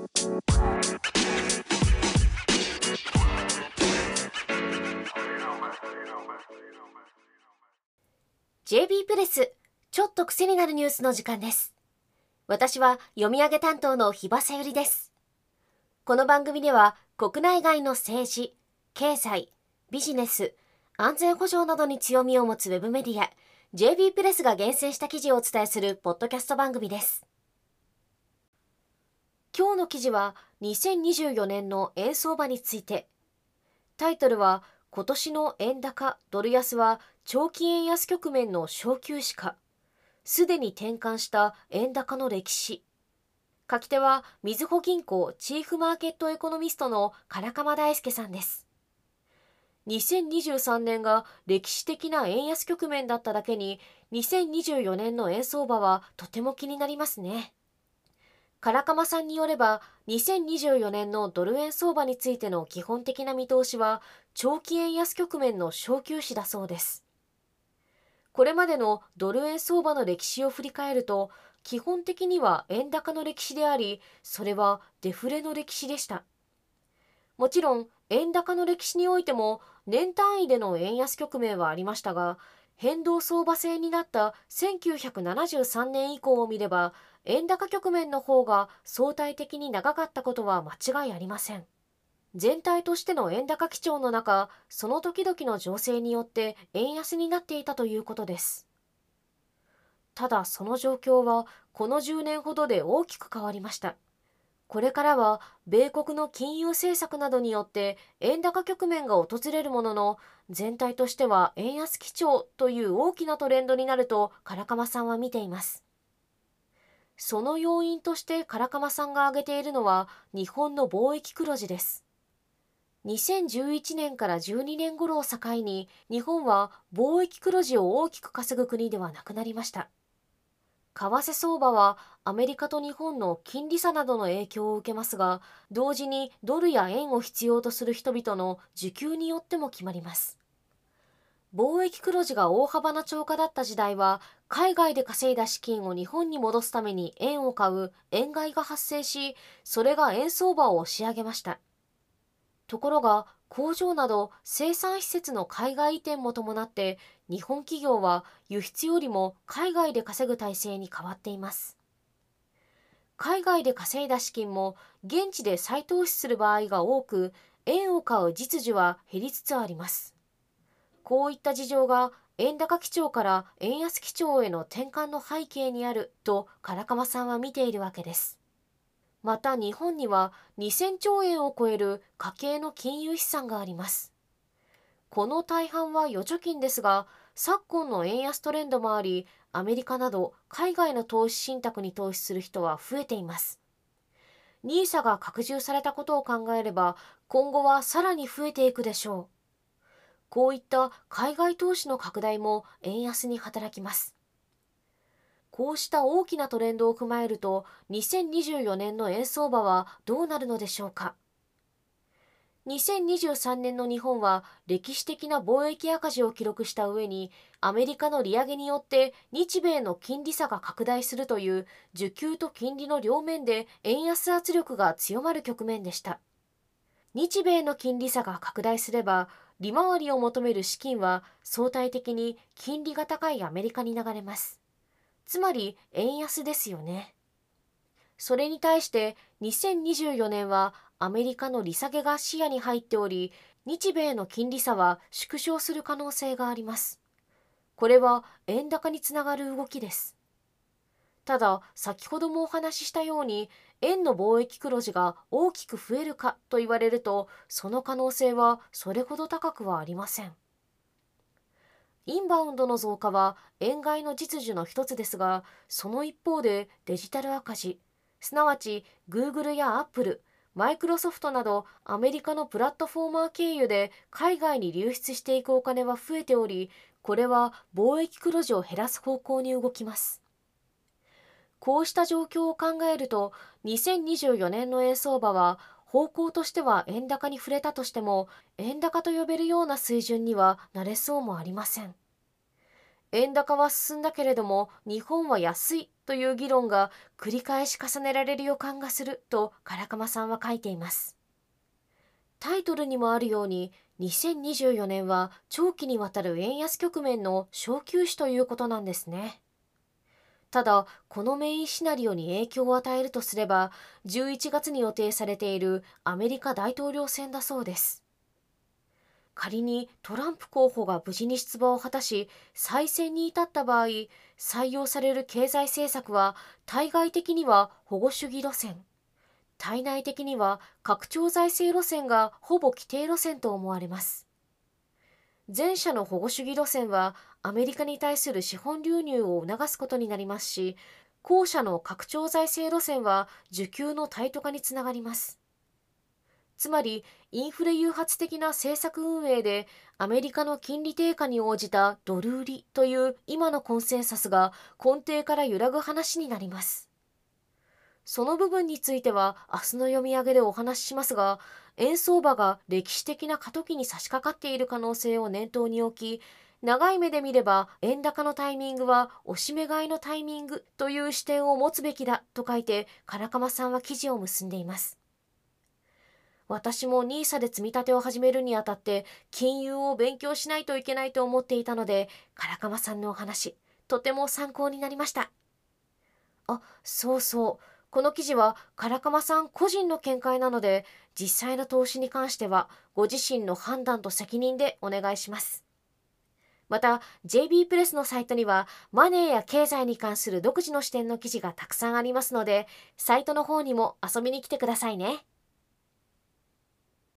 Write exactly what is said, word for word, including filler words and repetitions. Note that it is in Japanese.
ジェービー プレス、ちょっと癖になるニュースの時間です。私は読み上げ担当の日場さゆりです。この番組では国内外の政治、経済、ビジネス、安全保障などに強みを持つウェブメディア ジェービー プレスが厳選した記事をお伝えするポッドキャスト番組です。今日の記事はにせんにじゅうよねんの円相場について。タイトルは今年の円高ドル安は長期円安局面の小休止か、すでに転換した円高の歴史。書き手はみずほ銀行チーフマーケットエコノミストの唐鎌大輔さんです。にせんにじゅうさんねんが歴史的な円安局面だっただけに、にせんにじゅうよねんの円相場はとても気になりますね。唐鎌さんによれば、にせんにじゅうよねんのドル円相場についての基本的な見通しは、長期円安局面の小休止だそうです。これまでのドル円相場の歴史を振り返ると、基本的には円高の歴史であり、それはデフレの歴史でした。もちろん、円高の歴史においても、年単位での円安局面はありましたが、変動相場制になったせんきゅうひゃくななじゅうさんねん以降を見れば、円高局面の方が相対的に長かったことは間違いありません。全体としての円高基調の中、その時々の情勢によって円安になっていたということです。ただその状況はこのじゅうねんほどで大きく変わりました。これからは米国の金融政策などによって円高局面が訪れるものの、全体としては円安基調という大きなトレンドになると唐鎌さんは見ています。その要因として唐鎌さんが挙げているのは日本の貿易黒字です。にせんじゅういちねんからじゅうにねん頃を境に、日本は貿易黒字を大きく稼ぐ国ではなくなりました。為替相場はアメリカと日本の金利差などの影響を受けますが、同時にドルや円を必要とする人々の需給によっても決まります。貿易黒字が大幅な超過だった時代は、海外で稼いだ資金を日本に戻すために円を買う円買いが発生し、それが円相場を押し上げました。ところが、工場など生産施設の海外移転も伴って、日本企業は輸出よりも海外で稼ぐ体制に変わっています。海外で稼いだ資金も現地で再投資する場合が多く、円を買う実需は減りつつあります。こういった事情が円高基調から円安基調への転換の背景にあると唐鎌さんは見ているわけです。また日本にはにせんちょうえんを超える家計の金融資産があります。この大半は預貯金ですが、昨今の円安トレンドもあり、アメリカなど海外の投資信託に投資する人は増えています。ニーサ が拡充されたことを考えれば、今後はさらに増えていくでしょう。こういった海外投資の拡大も円安に働きます。こうした大きなトレンドを踏まえると、にせんにじゅうよねんの円相場はどうなるのでしょうか。にせんにじゅうさんねんの日本は歴史的な貿易赤字を記録した上に、アメリカの利上げによって日米の金利差が拡大するという需給と金利の両面で円安圧力が強まる局面でした。日米の金利差が拡大すれば、利回りを求める資金は相対的に金利が高いアメリカに流れます。つまり円安ですよね。それに対してにせんにじゅうよねんはアメリカの利下げが視野に入っており、日米の金利差は縮小する可能性があります。これは円高につながる動きです。ただ、先ほどもお話ししたように、円の貿易黒字が大きく増えるかと言われると、その可能性はそれほど高くはありません。インバウンドの増加は円買いの実需の一つですが、その一方でデジタル赤字、すなわち Google や Apple、マイクロソフトなどアメリカのプラットフォーマー経由で海外に流出していくお金は増えており、これは貿易黒字を減らす方向に動きます。こうした状況を考えると、にせんにじゅうよねんの円相場は方向としては円高に触れたとしても、円高と呼べるような水準にはなれそうもありません。 円高は進んだけれども日本は安いという議論が繰り返し重ねられる予感がすると唐鎌さんは書いています。タイトルにもあるようににせんにじゅうよねんは長期にわたる円安局面の小休止ということなんですね。ただ、このメインシナリオに影響を与えるとすれば、じゅういちがつに予定されているアメリカ大統領選だそうです。仮にトランプ候補が無事に出馬を果たし、再選に至った場合、採用される経済政策は、対外的には保護主義路線、対内的には拡張財政路線がほぼ規定路線と思われます。前者の保護主義路線はアメリカに対する資本流入を促すことになりますし、後者の拡張財政路線は需給のタイト化につながります。つまり、インフレ誘発的な政策運営でアメリカの金利低下に応じたドル売りという今のコンセンサスが根底から揺らぐ話になります。その部分については明日の読み上げでお話ししますが、円相場が歴史的な過渡期に差し掛かっている可能性を念頭に置き、長い目で見れば円高のタイミングはおしめ買いのタイミングという視点を持つべきだと書いて唐鎌さんは記事を結んでいます。私も ニーサ で積み立てを始めるにあたって金融を勉強しないといけないと思っていたので、唐鎌さんのお話、とても参考になりました。あ、そうそう。この記事は唐鎌さん個人の見解なので、実際の投資に関してはご自身の判断と責任でお願いします。また、ジェイビー プレスのサイトにはマネーや経済に関する独自の視点の記事がたくさんありますので、サイトの方にも遊びに来てくださいね。